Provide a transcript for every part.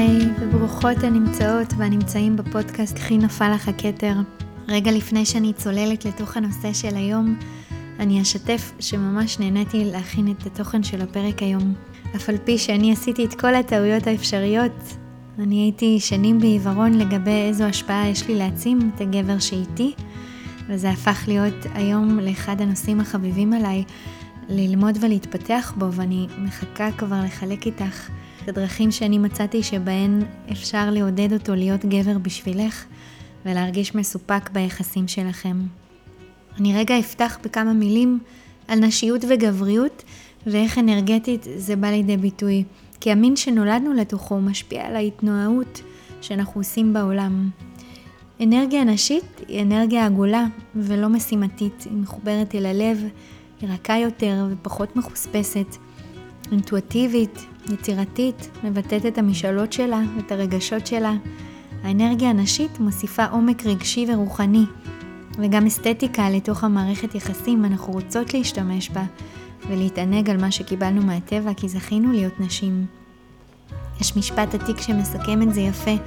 היי, וברוכות הנמצאות והנמצאים בפודקאסט "קחי נפל לך הכתר". רגע לפני שאני צוללת לתוך הנושא של היום, אני אשתף שממש נהניתי להכין את התוכן של הפרק היום. אף על פי שאני עשיתי את כל הטעויות האפשריות, אני הייתי שנים בעיוורון לגבי איזו השפעה יש לי להעצים את הגבר שאיתי, וזה הפך להיות היום לאחד הנושאים החביבים עליי, ללמוד ולהתפתח בו, ואני מחכה כבר לחלק איתך את הדרכים שאני מצאתי שבהן אפשר לעודד אותו להיות גבר בשבילך, ולהרגיש מסופק ביחסים שלכם. אני רגע אפתח בכמה מילים על נשיות וגבריות, ואיך אנרגטית זה בא לידי ביטוי. כי המין שנולדנו לתוכו משפיע על ההתנועות שאנחנו עושים בעולם. אנרגיה נשית היא אנרגיה עגולה ולא משימתית. היא מחוברת אל הלב, היא רכה יותר ופחות מחוספסת. אינטואיטיבית, יצירתית, מבטאת את המשאלות שלה ואת הרגשות שלה. האנרגיה הנשית מוסיפה עומק רגשי ורוחני, וגם אסתטיקה לתוך המערכת יחסים. אנחנו רוצות להשתמש בה ולהתענג על מה שקיבלנו מהטבע, כי זכינו להיות נשים. יש משפט עתיק שמסכם את זה יפה.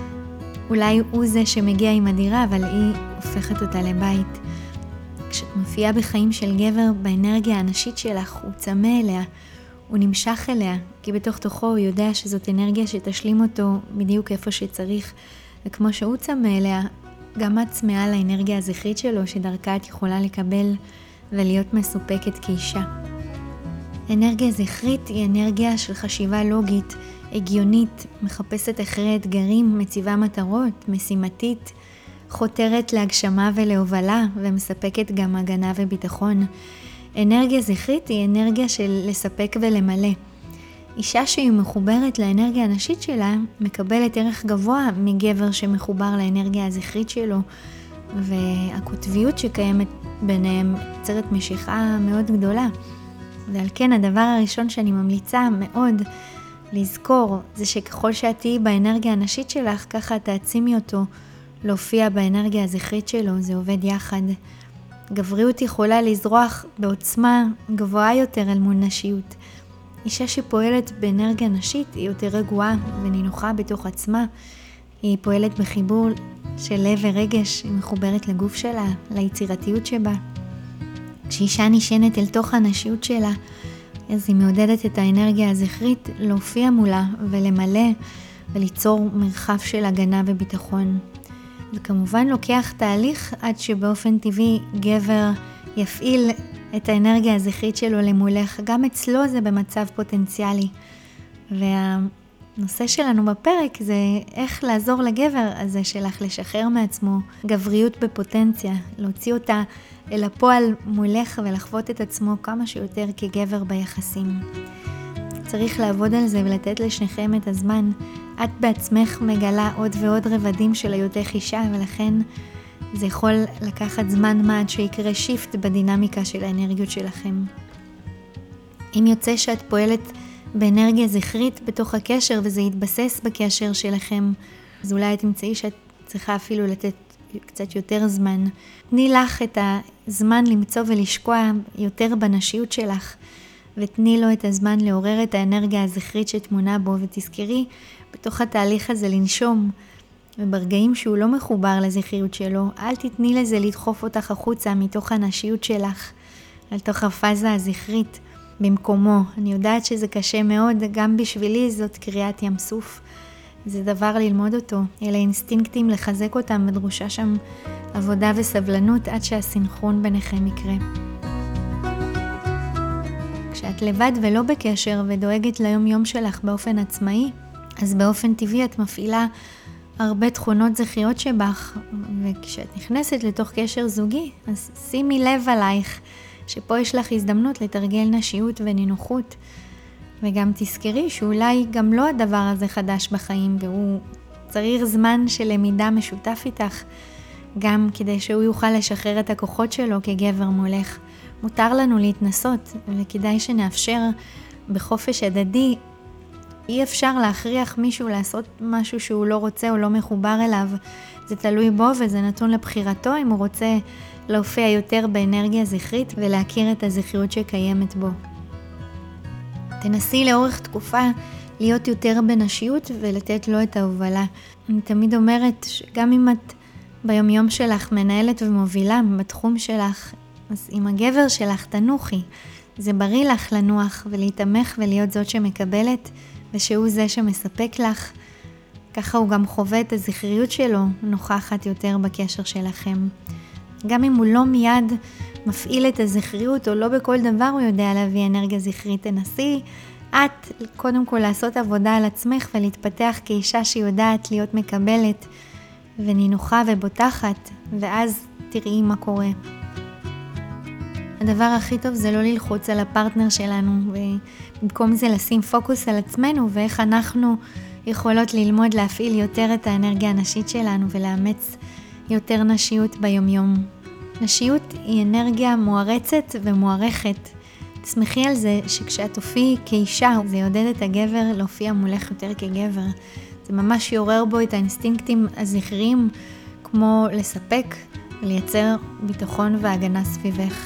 אולי הוא זה שמגיע עם הדירה, אבל היא הופכת אותה לבית. כשאת מופיעה בחיים של גבר, באנרגיה הנשית שלך, הוא צמא אליה, הוא נמשך אליה, כי בתוך תוכו הוא יודע שזאת אנרגיה שתשלים אותו בדיוק איפה שצריך, וכמו שהוא צמא אליה, גם את צמאה לאנרגיה הזכרית שלו, שדרכה את יכולה לקבל ולהיות מסופקת כאישה. אנרגיה זכרית היא אנרגיה של חשיבה לוגית, הגיונית, מחפשת אחרי אתגרים, מציבה מטרות, משימתית, חותרת להגשמה ולהובלה, ומספקת גם הגנה וביטחון. אנרגיה זכרית היא אנרגיה של לספק ולמלא. אישה שהיא מחוברת לאנרגיה הנשית שלה, מקבלת ערך גבוה מגבר שמחובר לאנרגיה הזכרית שלו, והקוטביות שקיימת ביניהם יוצרת משיכה מאוד גדולה. ועל כן הדבר הראשון שאני ממליצה מאוד לזכור, זה שככל שאת תהיי באנרגיה הנשית שלך, ככה תעצימי אותו להופיע באנרגיה הזכרית שלו, זה עובד יחד. גבריות יכולה לזרוח בעוצמה גבוהה יותר אל מול נשיות. אישה שפועלת באנרגיה נשית היא יותר רגועה ונינוחה בתוך עצמה. היא פועלת בחיבור של לב ורגש, היא מחוברת לגוף שלה, ליצירתיות שבה. כשאישה נשענת אל תוך הנשיות שלה, אז היא מעודדת את האנרגיה הזכרית להופיע מולה ולמלא וליצור מרחב של הגנה וביטחון. וכמובן לוקח תהליך עד שבאופן טבעי גבר יפעיל את האנרגיה הזכרית שלו למולך. גם אצלו זה במצב פוטנציאלי. והנושא שלנו בפרק זה איך לעזור לגבר הזה שלך לשחרר מעצמו גבריות בפוטנציה, להוציא אותה אל הפועל מולך ולחוות את עצמו כמה שיותר כגבר ביחסים. צריך לעבוד על זה ולתת לשניכם את הזמן. את בעצמך מגלה עוד ועוד רבדים של היותך אישה, ולכן זה יכול לקחת זמן מה עד שיקרה שיפט בדינמיקה של האנרגיות שלכם. אם יוצא שאת פועלת באנרגיה זכרית בתוך הקשר וזה יתבסס בקשר שלכם, אז אולי תמצאי שאת צריכה אפילו לתת קצת יותר זמן. תני לך את הזמן למצוא ולשקוע יותר בנשיות שלך, ותני לו את הזמן לעורר את האנרגיה הזכרית שתמונה בו, ותזכרי בתוך התהליך הזה לנשום, וברגעים שהוא לא מחובר לזכריות שלו, אל תתני לזה לדחוף אותך החוצה מתוך הנשיות שלך, אל תוך הפאזה הזכרית במקומו. אני יודעת שזה קשה מאוד, גם בשבילי זאת קריאת ים סוף. זה דבר ללמוד אותו, אלה אינסטינקטים לחזק אותם, ודרושה שם עבודה וסבלנות עד שהסינכרון ביניכם יקרה. כשאת לבד ולא בקשר ודואגת ליום יום שלך באופן עצמאי, אז באופן טבעי את מפעילה הרבה תכונות זכריות שבך, וכשאת נכנסת לתוך קשר זוגי, אז שימי לב עלייך שפה יש לך הזדמנות לתרגל נשיות ונינוחות, וגם תזכרי שאולי גם לא הדבר הזה חדש בחיים, והוא צריך זמן של למידה משותף איתך, גם כדי שהוא יוכל לשחרר את הכוחות שלו כגבר מולך. מותר לנו להתנסות, וכדאי שנאפשר בחופש הדדי. אי אפשר להכריח מישהו לעשות משהו שהוא לא רוצה או לא מחובר אליו. זה תלוי בו וזה נתון לבחירתו אם הוא רוצה להופיע יותר באנרגיה זכרית ולהכיר את הזכריות שקיימת בו. תנסי לאורך תקופה להיות יותר בנשיות ולתת לו את ההובלה. אני תמיד אומרת שגם אם את ביומיום שלך מנהלת ומובילה בתחום שלך, אז עם הגבר שלך תנוחי. זה בריא לך לנוח ולהתאמך ולהיות זאת שמקבלת, ושהוא זה שמספק לך. ככה הוא גם חווה את הזכריות שלו, נוכחת יותר בקשר שלכם. גם אם הוא לא מיד מפעיל את הזכריות, או לא בכל דבר הוא יודע להביא אנרגיה זכרית, תנסי את קודם כל לעשות עבודה על עצמך ולהתפתח כאישה שיודעת להיות מקבלת ונינוחה ובוטחת, ואז תראי מה קורה. הדבר הכי טוב זה לא ללחוץ על הפרטנר שלנו, ובמקום זה לשים פוקוס על עצמנו ואיך אנחנו יכולות ללמוד להפעיל יותר את האנרגיה הנשית שלנו ולאמץ יותר נשיות ביומיום. נשיות היא אנרגיה מוערצת ומוערכת. תשמחי על זה שכשאת תופיעי כאישה, זה יעודד את הגבר להופיע מולך יותר כגבר. זה ממש יעורר בו את האינסטינקטים הזכריים, כמו לספק ולייצר ביטחון והגנה סביבך.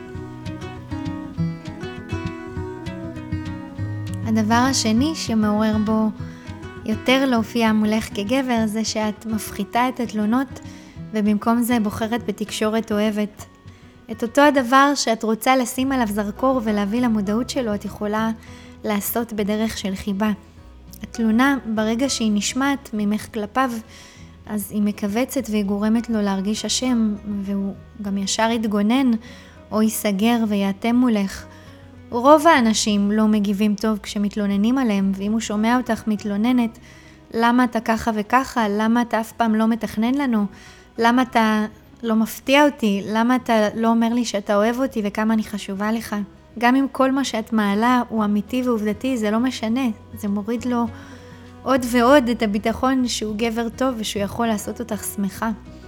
הדבר השני שמעורר בו יותר להופיע מולך כגבר, זה שאת מפחיתה את התלונות, ובמקום זה בוחרת בתקשורת אוהבת. את אותו הדבר שאת רוצה לשים עליו זרקור ולהביא למודעות שלו, את יכולה לעשות בדרך של חיבה. התלונה, ברגע שהיא נשמעת ממך כלפיו, אז היא מקבצת והיא גורמת לו להרגיש אשם, והוא גם ישר יתגונן או ייסגר ויעתם מולך. רוב האנשים לא מגיבים טוב כשמתלוננים עליהם, ואם הוא שומע אותך מתלוננת, למה אתה ככה וככה, למה אתה אף פעם לא מתכנן לנו, למה אתה לא מפתיע אותי, למה אתה לא אומר לי שאתה אוהב אותי וכמה אני חשובה לך. גם אם כל מה שאת מעלה הוא אמיתי ועובדתי, זה לא משנה, זה מוריד לו עוד ועוד את הביטחון שהוא גבר טוב ושהוא יכול לעשות אותך שמחה.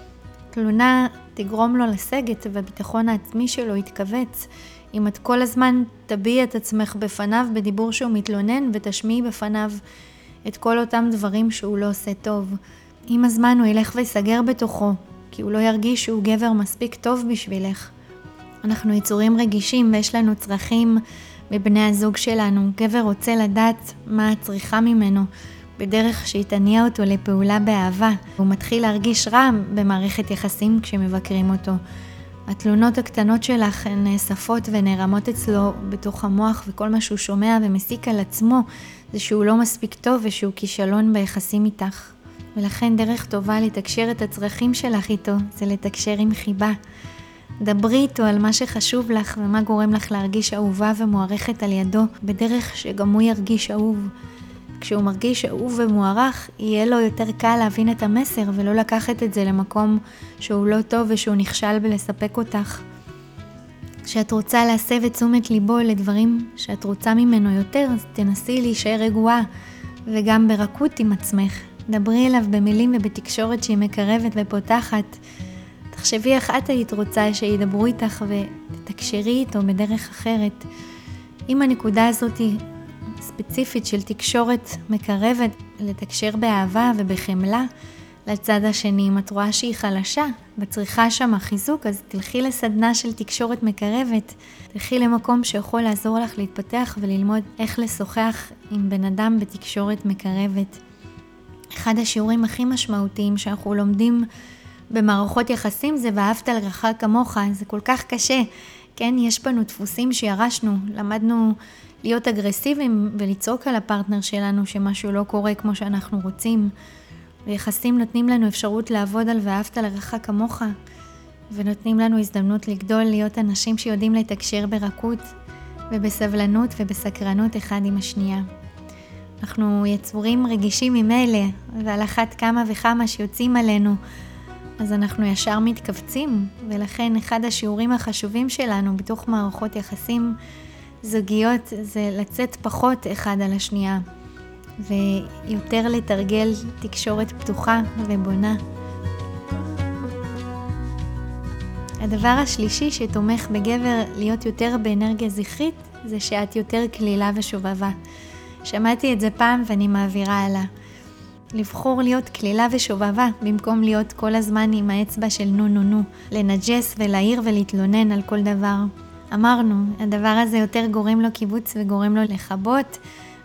תלונה תגרום לו לסגת והביטחון העצמי שלו יתכווץ. אם את כל הזמן תביעי את עצמך בפניו בדיבור שהוא מתלונן ותשמיעי בפניו את כל אותם דברים שהוא לא עושה טוב. עם הזמן הוא ילך ויסגר בתוכו, כי הוא לא ירגיש שהוא גבר מספיק טוב בשבילך. אנחנו יצורים רגישים ויש לנו צרכים מבני הזוג שלנו. גבר רוצה לדעת מה את צריכה ממנו, בדרך שהיא תניע אותו לפעולה באהבה. הוא מתחיל להרגיש רע במערכת יחסים כשמבקרים אותו. התלונות הקטנות שלך הן נאספות ונערמות אצלו בתוך המוח, וכל מה שהוא שומע ומסיק על עצמו זה שהוא לא מספיק טוב ושהוא כישלון ביחסים איתך. ולכן דרך טובה לתקשר את הצרכים שלך איתו זה לתקשר עם חיבה. דברי איתו על מה שחשוב לך ומה גורם לך להרגיש אהובה ומוערכת על ידו, בדרך שגם הוא ירגיש אהוב. כשהוא מרגיש אהוב ומוערך, יהיה לו יותר קל להבין את המסר ולא לקחת את זה למקום שהוא לא טוב ושהוא נכשל בלספק אותך. כשאת רוצה להסב את תשומת ליבו לדברים שאת רוצה ממנו יותר, אז תנסי להישאר רגועה וגם ברכות עם עצמך. דברי אליו במילים ובתקשורת שהיא מקרבת ופותחת. תחשבי איך את היית רוצה שידברו איתך ותתקשרי איתו בדרך אחרת. אם הנקודה הזאת היא ספציפית של תקשורת מקרבת, לתקשר באהבה ובחמלה לצד השני, אם את רואה שהיא חלשה וצריכה שם חיזוק, אז תלכי לסדנה של תקשורת מקרבת, תלכי למקום שיכול לעזור לך להתפתח וללמוד איך לשוחח עם בן אדם בתקשורת מקרבת. אחד השיעורים הכי משמעותיים שאנחנו לומדים במערכות יחסים זה ואהבת לרעך כמוך. זה כל כך קשה, כן? יש בנו דפוסים שירשנו, למדנו להיות אגרסיביים ולצעוק על הפרטנר שלנו שמשהו לא קורה כמו שאנחנו רוצים. ויחסים נותנים לנו אפשרות לעבוד על ואהבת לרעך כמוך, ונותנים לנו הזדמנות לגדול, להיות אנשים שיודעים לתקשר ברכות ובסבלנות ובסקרנות אחד עם השנייה. אנחנו יצורים רגישים ממילא, ועל אחת כמה וכמה שיוצאים עלינו, אז אנחנו ישר מתכווצים, ולכן אחד השיעורים החשובים שלנו בתוך מערכות יחסים זוגיות זה לצאת פחות אחד על השנייה, ויותר לתרגל תקשורת פתוחה ובונה. הדבר השלישי שתומך בגבר להיות יותר באנרגיה זכרית, זה שאת יותר כלילה ושובבה. שמעתי את זה פעם ואני מעבירה הלאה. לבחור להיות כלילה ושובבה, במקום להיות כל הזמן עם האצבע של נו, לנג'ס ולהעיר ולהתלונן על כל דבר. אמרנו, הדבר הזה יותר גורם לו קיבוץ וגורם לו לחבות,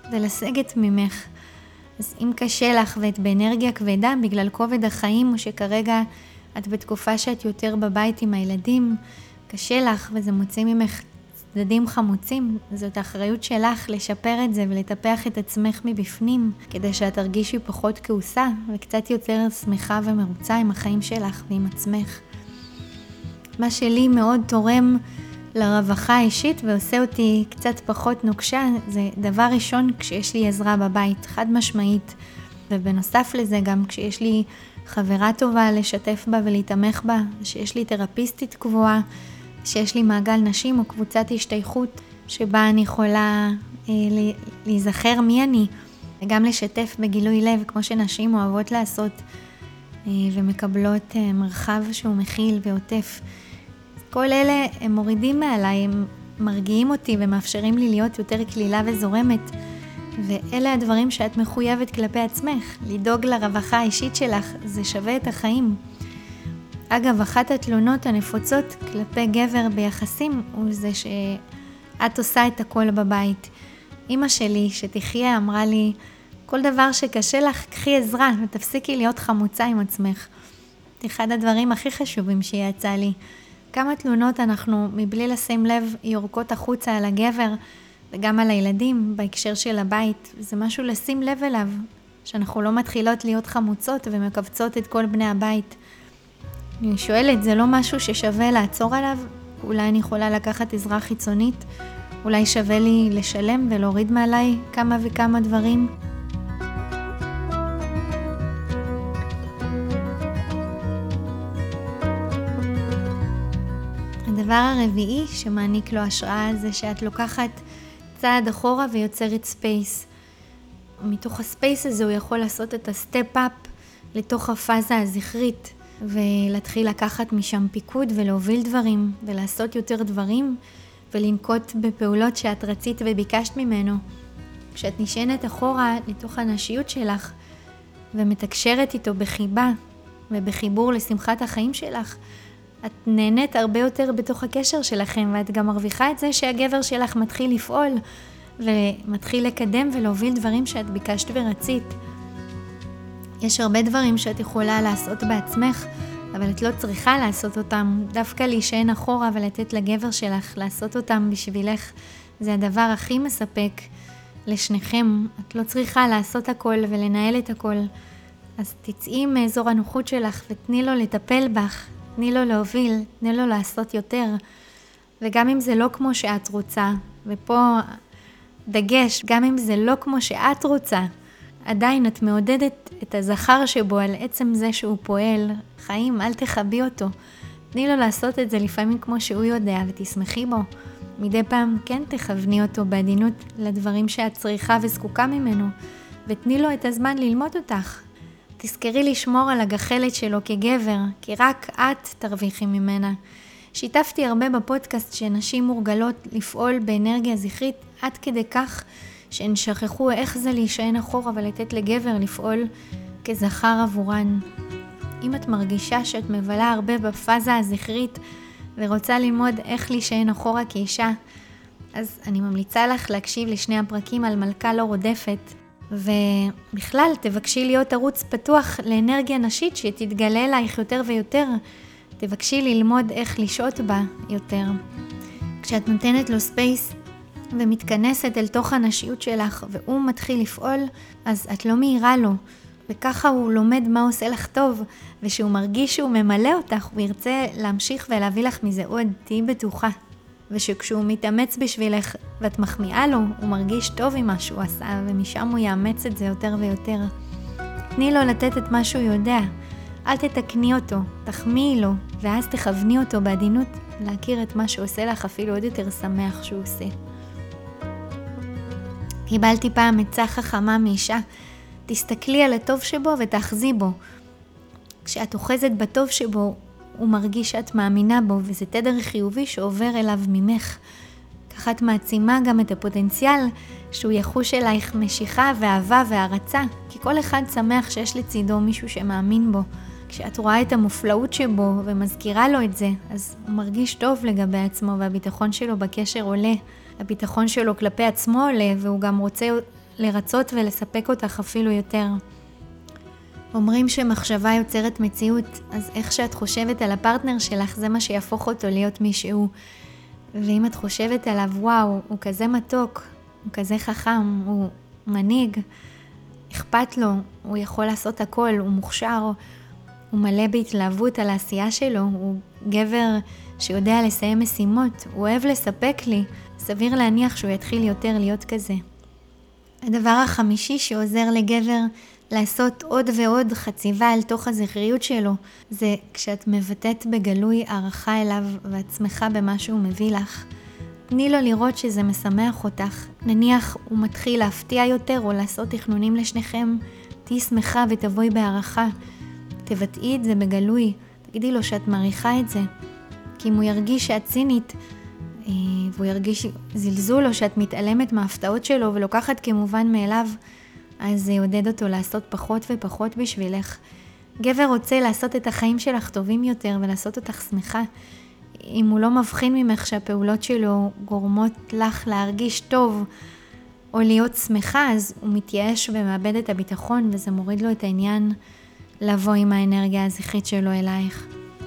ולסגת ממך. אז אם קשה לך ואת באנרגיה כבדה בגלל כובד החיים, או שכרגע את בתקופה שאת יותר בבית עם הילדים, קשה לך וזה מוציא ממך צדדים חמוצים, זאת האחריות שלך לשפר את זה ולטפח את עצמך מבפנים, כדי שאת תרגישי פחות כעוסה וקצת יותר שמחה ומרוצה עם החיים שלך ועם עצמך. מה שלי מאוד תורם לרווחה האישית ועושה אותי קצת פחות נוקשה, זה דבר ראשון כשיש לי עזרה בבית, חד משמעית. ובנוסף לזה גם כשיש לי חברה טובה לשתף בה ולהתמך בה, שיש לי תרפיסטית קבועה, שיש לי מעגל נשים או קבוצת השתייכות שבה אני יכולה להיזכר מי אני, וגם לשתף בגילוי לב כמו שנשים אוהבות לעשות ומקבלות מרחב שהוא מכיל ועוטף. כל אלה הם מורידים מעליי, הם מרגיעים אותי ומאפשרים לי להיות יותר כלילה וזורמת, ואלה הדברים שאת מחויבת כלפי עצמך. לדאוג לרווחה האישית שלך זה שווה את החיים. אגב, אחת התלונות הנפוצות כלפי גבר ביחסים הוא זה שאת עושה את הכל בבית. אמא שלי שתחיה אמרה לי, כל דבר שקשה לך קחי עזרה ותפסיקי להיות חמוצה עם עצמך. זה אחד הדברים הכי חשובים שיצא לי. כמה תלונות אנחנו מבלי לשים לב יורקות החוצה על הגבר וגם על הילדים בהקשר של הבית. זה משהו לשים לב אליו, שאנחנו לא מתחילות להיות חמוצות ומקבצות את כל בני הבית. אני שואלת, זה לא משהו ששווה לעצור עליו? אולי אני יכולה לקחת עזרה חיצונית? אולי שווה לי לשלם ולהוריד מעליי כמה וכמה דברים? הדבר הרביעי שמעניק לו השראה זה שאת לוקחת צעד אחורה ויוצרת ספייס. מתוך הספייס הזה הוא יכול לעשות את הסטפ-אפ לתוך הפאזה הזכרית, ולהתחיל לקחת משם פיקוד ולהוביל דברים ולעשות יותר דברים ולנקוט בפעולות שאת רצית וביקשת ממנו. כשאת נשענת אחורה לתוך הנשיות שלך ומתקשרת איתו בחיבה ובחיבור לשמחת החיים שלך, את נהנית הרבה יותר בתוך הקשר שלכם, ואת גם מרוויחה את זה שהגבר שלך מתחיל לפעול ומתחיל לקדם ולהוביל דברים שאת ביקשת ורצית. יש הרבה דברים שאת יכולה לעשות בעצמך, אבל את לא צריכה לעשות אותם. דווקא להישען אחורה ולתת לגבר שלך לעשות אותם בשבילך, זה הדבר הכי מספק לשניכם. את לא צריכה לעשות הכל ולנהל את הכל. אז תצאי מאזור הנוחות שלך ותני לו לטפל בך, תני לו להוביל, תני לו לעשות יותר. וגם אם זה לא כמו שאת רוצה, ופה דגש, גם אם זה לא כמו שאת רוצה, עדיין את מעודדת את הזכר שבו על עצם זה שהוא פועל. חיים, אל תחבי אותו. תני לו לעשות את זה לפעמים כמו שהוא יודע ותשמחי בו. מדי פעם כן תכווני אותו בעדינות לדברים שאת צריכה וזקוקה ממנו, ותני לו את הזמן ללמוד אותך. תזכרי לשמור על הגחלת שלו כגבר, כי רק את תרוויחי ממנה. שיתפתי הרבה בפודקאסט שנשים מורגלות לפעול באנרגיה זכרית עד כדי כך שהן שכחו איך זה להישען אחורה ולתת לגבר לפעול כזכר עבורן. אם את מרגישה שאת מבלה הרבה בפאזה הזכרית ורוצה ללמוד איך להישען אחורה כאישה, אז אני ממליצה לך להקשיב לשני הפרקים על מלכה לא רודפת, ובכלל תבקשי להיות ערוץ פתוח לאנרגיה נשית שתתגלה אלייך יותר ויותר. תבקשי ללמוד איך לשעות בה יותר. כשאת נותנת לו ספייס ומתכנסת אל תוך הנשיות שלך והוא מתחיל לפעול, אז את לא מהירה לו, וככה הוא לומד מה עושה לך טוב, ושהוא מרגיש שהוא ממלא אותך, הוא ירצה להמשיך ולהביא לך מזה עוד. תהי בטוחה. ושכשהוא מתאמץ בשבילך ואת מחמיאה לו, הוא מרגיש טוב עם מה שהוא עשה, ומשם הוא יאמץ את זה יותר ויותר. תני לו לתת את מה שהוא יודע. אל תתקני אותו, תחמיאי לו, ואז תכווני אותו בעדינות להכיר את מה שעושה לך אפילו עוד יותר שמח שהוא עושה. קיבלתי פעם עצה חכמה מאישה, תסתכלי על הטוב שבו ותאחזי בו. כשאת אוחזת בטוב שבו, הוא מרגיש שאת מאמינה בו, וזה תדר חיובי שעובר אליו ממך. ככה את מעצימה גם את הפוטנציאל שהוא יחוש אלייך משיכה ואהבה והערצה, כי כל אחד שמח שיש לצידו מישהו שמאמין בו. כשאת רואה את המופלאות שבו ומזכירה לו את זה, אז הוא מרגיש טוב לגבי עצמו, והביטחון שלו בקשר עולה. הביטחון שלו כלפי עצמו עולה, והוא גם רוצה לרצות ולספק אותך אפילו יותר. אומרים שמחשבה יוצרת מציאות, אז איך שאת חושבת על הפרטנר שלך זה מה שיהפוך אותו להיות מישהו. ואם את חושבת עליו, וואו, הוא כזה מתוק, הוא כזה חכם, הוא מנהיג, אכפת לו, הוא יכול לעשות הכל, הוא מוכשר, הוא מלא בהתלהבות על העשייה שלו, הוא גבר שיודע לסיים משימות, הוא אוהב לספק לי, סביר להניח שהוא יתחיל יותר להיות כזה. הדבר החמישי שעוזר לגבר לעשות עוד ועוד חציבה אל תוך הזכריות שלו, זה כשאת מבטאת בגלוי הערכה אליו ואת שמחה במה שהוא מביא לך. תני לו לראות שזה משמח אותך. נניח הוא מתחיל להפתיע יותר או לעשות תכנונים לשניכם, תהי שמחה ותבואי בהערכה. תבטאי את זה בגלוי, תגידי לו שאת מעריכה את זה. כי אם הוא ירגיש שאת צינית, והוא ירגיש זלזול או שאת מתעלמת מההפתעות שלו ולוקחת כמובן מאליו, אז זה יעודד אותו לעשות פחות ופחות בשבילך. גבר רוצה לעשות את החיים שלך טובים יותר ולעשות אותך שמחה. אם הוא לא מבחין ממך שהפעולות שלו גורמות לך להרגיש טוב או להיות שמחה, אז הוא מתייאש ומאבד את הביטחון, וזה מוריד לו את העניין לבוא עם האנרגיה הזכרית שלו אלייך.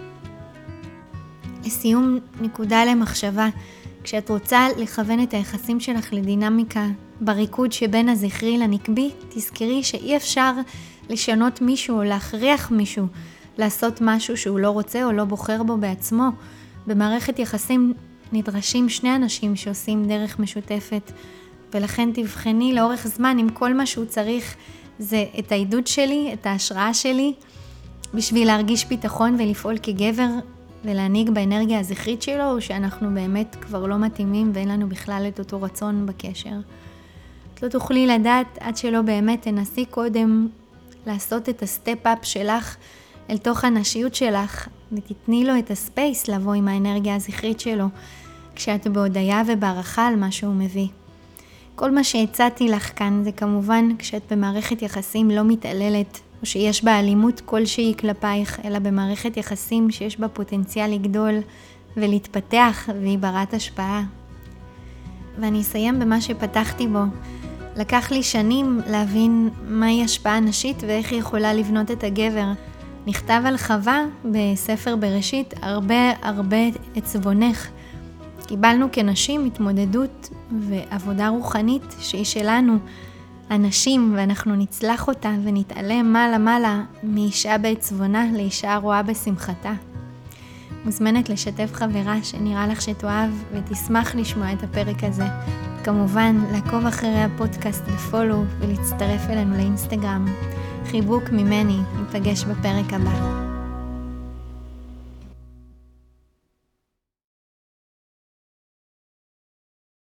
לסיום, נקודה למחשבה. כשאת רוצה לכוון את היחסים שלך לדינמיקה בריקוד שבין הזכרי לנקבי, תזכרי שאי אפשר לשנות מישהו או להכריח מישהו לעשות משהו שהוא לא רוצה או לא בוחר בו בעצמו. במערכת יחסים נדרשים שני אנשים שעושים דרך משותפת, ולכן תבחני לאורך זמן אם כל מה שהוא צריך זה את העידוד שלי, את ההשראה שלי, בשביל להרגיש ביטחון ולפעול כגבר ולהנהיג באנרגיה הזכרית שלו, או שאנחנו באמת כבר לא מתאימים ואין לנו בכלל את אותו רצון בקשר. את לא תוכלי לדעת עד שלא באמת תנסי קודם לעשות את הסטפ-אפ שלך אל תוך הנשיות שלך, ותתני לו את הספייס לבוא עם האנרגיה הזכרית שלו, כשאת בהודעה ובערכה על מה שהוא מביא. כל מה שהצעתי לך כאן זה כמובן כשאת במערכת יחסים לא מתעללת, או שיש בה אלימות כלשהי כלפייך, אלא במערכת יחסים שיש בה פוטנציאל לגדול ולהתפתח והיא ברת השפעה. ואני אסיים במה שפתחתי בו. לקח לי שנים להבין מהי השפעה נשית ואיך היא יכולה לבנות את הגבר. נכתב על חווה בספר בראשית הרבה עצבונך. קיבלנו כנשים התמודדות ועבודה רוחנית שהיא שלנו, הנשים, ואנחנו נצלח אותה ונתעלם מעלה מאישה בעצבונה לאישה רואה בשמחתה. מוזמנת לשתף חברה שנראה לך שתאהב ותשמח לשמוע את הפרק הזה. כמובן, לעקוב אחרי הפודקאסט בפולו ולהצטרף אלינו לאינסטגרם. חיבוק ממני, ניפגש בפרק הבא.